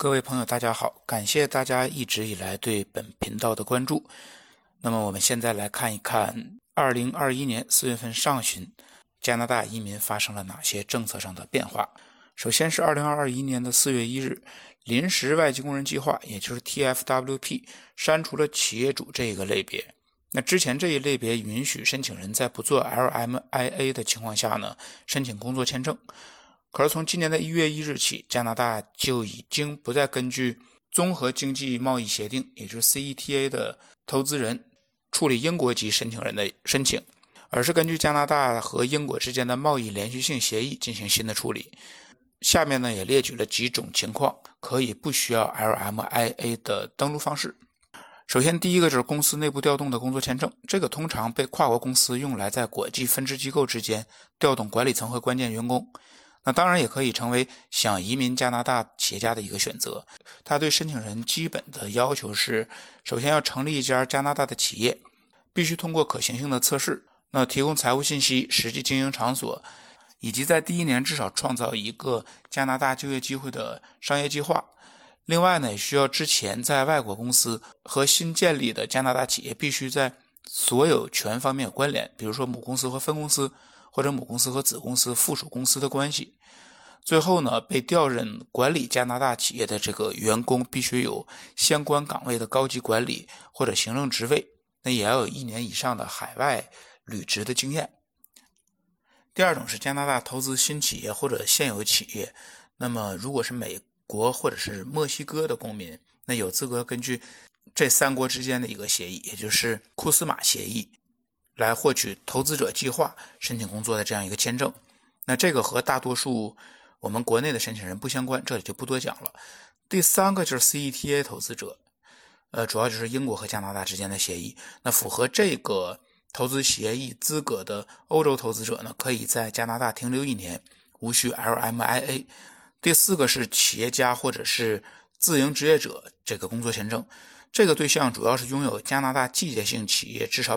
各位朋友大家好，感谢大家一直以来对本频道的关注。那么我们现在来看一看2021年4月份上旬加拿大移民发生了哪些政策上的变化。首先是2021年的4月1日，临时外籍工人计划也就是 TFWP 删除了企业主这个类别。那之前这一类别允许申请人在不做 LMIA 的情况下呢申请工作签证。可是从今年的1月1日起，加拿大就已经不再根据综合经济贸易协定也就是 CETA 的投资人处理英国籍申请人的申请，而是根据加拿大和英国之间的贸易连续性协议进行新的处理。下面呢也列举了几种情况可以不需要 LMIA 的登录方式。首先第一个就是公司内部调动的工作签证，这个通常被跨国公司用来在国际分支机构之间调动管理层和关键员工。那当然也可以成为想移民加拿大企业家的一个选择。它对申请人基本的要求是，首先要成立一家加拿大的企业，必须通过可行性的测试，那提供财务信息、实际经营场所，以及在第一年至少创造一个加拿大就业机会的商业计划。另外呢，也需要之前在外国公司和新建立的加拿大企业必须在所有权方面有关联，比如说母公司和分公司，或者母公司和子公司、附属公司的关系。最后呢，被调任管理加拿大企业的这个员工必须有相关岗位的高级管理或者行政职位，那也要有1年以上的海外履职的经验。第二种是加拿大投资新企业或者现有企业，那么如果是美国或者是墨西哥的公民，那有资格根据这3国之间的一个协议，也就是库斯马协议，来获取投资者计划申请工作的这样一个签证。那这个和大多数我们国内的申请人不相关，这里就不多讲了。第三个就是 CETA 投资者，主要就是英国和加拿大之间的协议。那符合这个投资协议资格的欧洲投资者呢，可以在加拿大停留1年，无需 LMIA。第四个是企业家或者是自营职业者这个工作签证，这个对象主要是拥有加拿大季节性企业至少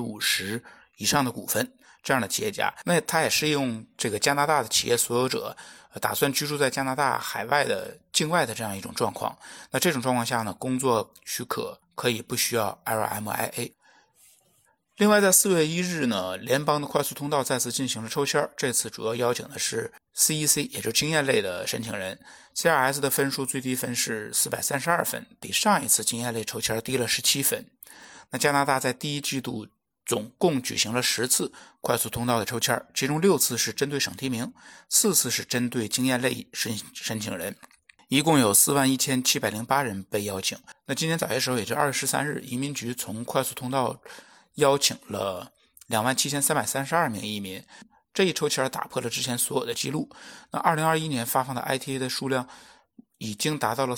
50% 以上的股份这样的企业家。那他也适用这个加拿大的企业所有者打算居住在加拿大海外的境外的这样一种状况。那这种状况下呢，工作许可可以不需要 LMIA。另外在4月1日呢，联邦的快速通道再次进行了抽签，这次主要邀请的是 CEC 也就是经验类的申请人。 CRS 的分数最低分是432分，比上一次经验类抽签低了17分。那加拿大在第一季度总共举行了10次快速通道的抽签，其中6次是针对省提名，4次是针对经验类申请人，一共有41708人被邀请。那今年早些时候，也就2月13日，移民局从快速通道邀请了27332名移民，这一抽签打破了之前所有的记录。那2021年发放的 ITA 的数量已经达到了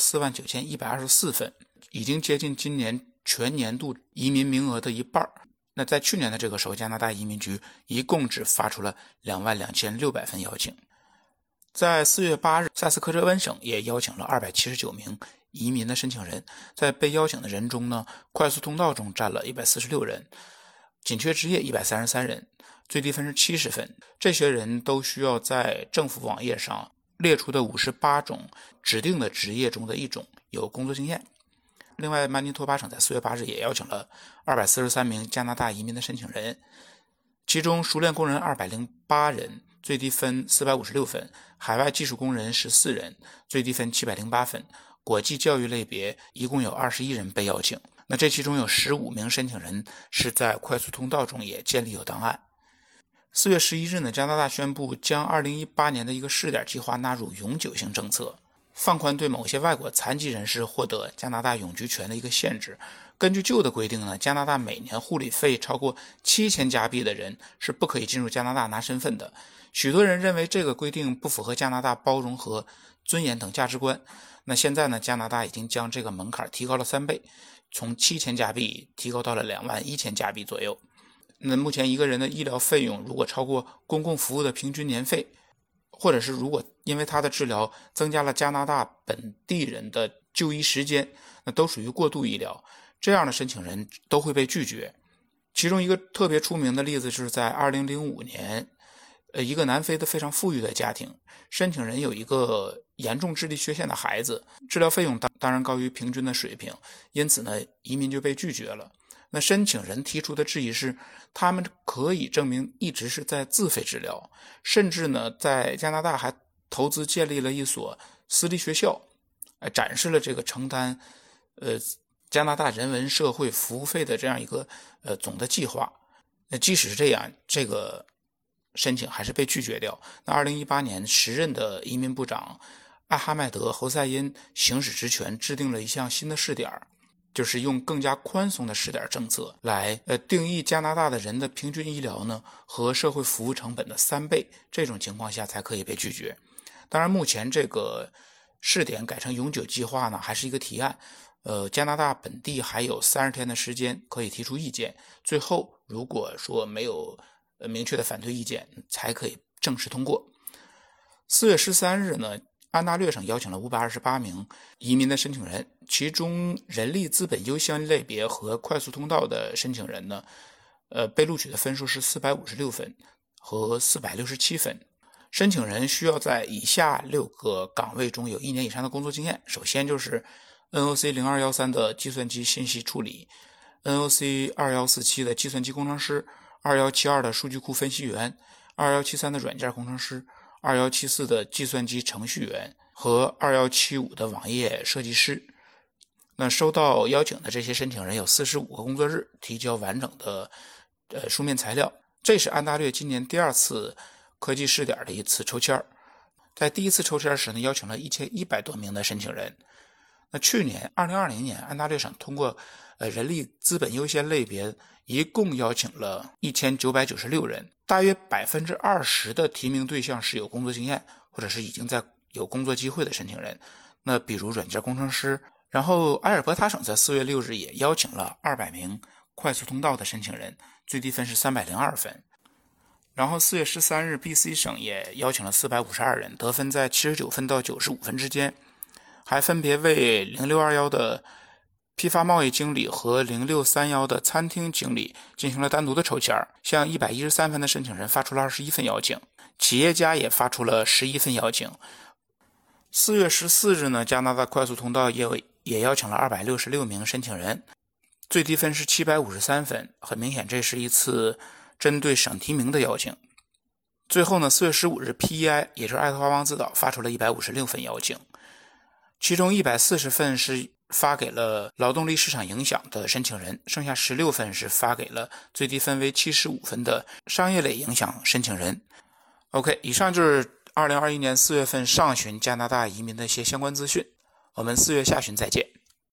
49124份，已经接近今年全年度移民名额的一半。那在去年的这个时候，加拿大移民局一共只发出了22600份邀请。在4月8日，萨斯科彻温省也邀请了279名移民的申请人，在被邀请的人中呢，快速通道中占了146人，紧缺职业133人，最低分是70分。这些人都需要在政府网页上列出的58种指定的职业中的一种有工作经验。另外，曼尼托巴省在4月8日也邀请了243名加拿大移民的申请人，其中熟练工人208人，最低分456分，海外技术工人14人，最低分708分，国际教育类别一共有21人被邀请。那这其中有15名申请人是在快速通道中也建立有档案。4月11日呢，加拿大宣布将2018年的一个试点计划纳入永久性政策，放宽对某些外国残疾人士获得加拿大永居权的一个限制。根据旧的规定呢，加拿大每年护理费超过7000加币的人是不可以进入加拿大拿身份的。许多人认为这个规定不符合加拿大包容和尊严等价值观。那现在呢，加拿大已经将这个门槛提高了3倍，从7000加币提高到了21000加币左右。那目前一个人的医疗费用如果超过公共服务的平均年费，或者是如果因为他的治疗增加了加拿大本地人的就医时间，那都属于过度医疗，这样的申请人都会被拒绝。其中一个特别出名的例子就是在2005年，一个南非的非常富裕的家庭，申请人有一个严重智力缺陷的孩子，治疗费用当然高于平均的水平，因此呢，移民就被拒绝了。那申请人提出的质疑是，他们可以证明一直是在自费治疗，甚至呢，在加拿大还投资建立了一所私立学校，展示了这个承担加拿大人文社会服务费的这样一个总的计划。那即使是这样，这个申请还是被拒绝掉。那2018年时任的移民部长阿哈迈德·侯赛因行使职权，制定了一项新的试点，就是用更加宽松的试点政策来定义加拿大的人的平均医疗呢和社会服务成本的3倍，这种情况下才可以被拒绝。当然目前这个试点改成永久计划呢还是一个提案，加拿大本地还有30天的时间可以提出意见，最后如果说没有明确的反对意见，才可以正式通过。4月13日呢，安大略省邀请了528名移民的申请人，其中人力资本优先类别和快速通道的申请人呢，被录取的分数是456分和467分。申请人需要在以下6个岗位中有1年以上的工作经验，首先就是 NOC 0213的计算机信息处理， NOC 2147的计算机工程师，2172的数据库分析员，2173的软件工程师，2174的计算机程序员和2175的网页设计师。那收到邀请的这些申请人有45个工作日提交完整的书面材料。这是安大略今年第2次科技试点的一次抽签。在第一次抽签时呢，邀请了1100多名的申请人。那去年2020年安大略省通过人力资本优先类别，一共邀请了1996人，大约20%的提名对象是有工作经验或者是已经在有工作机会的申请人。那比如软件工程师。然后埃尔伯塔省在4月6日也邀请了200名快速通道的申请人，最低分是302分。然后4月13日 BC 省也邀请了452人，得分在79分到95分之间，还分别为0621的批发贸易经理和0631的餐厅经理进行了单独的抽签，向113分的申请人发出了21份邀请，企业家也发出了11份邀请。4月14日呢，加拿大快速通道也邀请了266名申请人，最低分是753分，很明显这是一次针对省提名的邀请。最后呢，4月15日 PEI 也就是爱荷华王子岛发出了156份邀请，其中140份是发给了劳动力市场影响的申请人，剩下16份是发给了最低分为75分的商业类影响申请人。 OK， 以上就是2021年4月份上旬加拿大移民的一些相关资讯，我们4月下旬再见。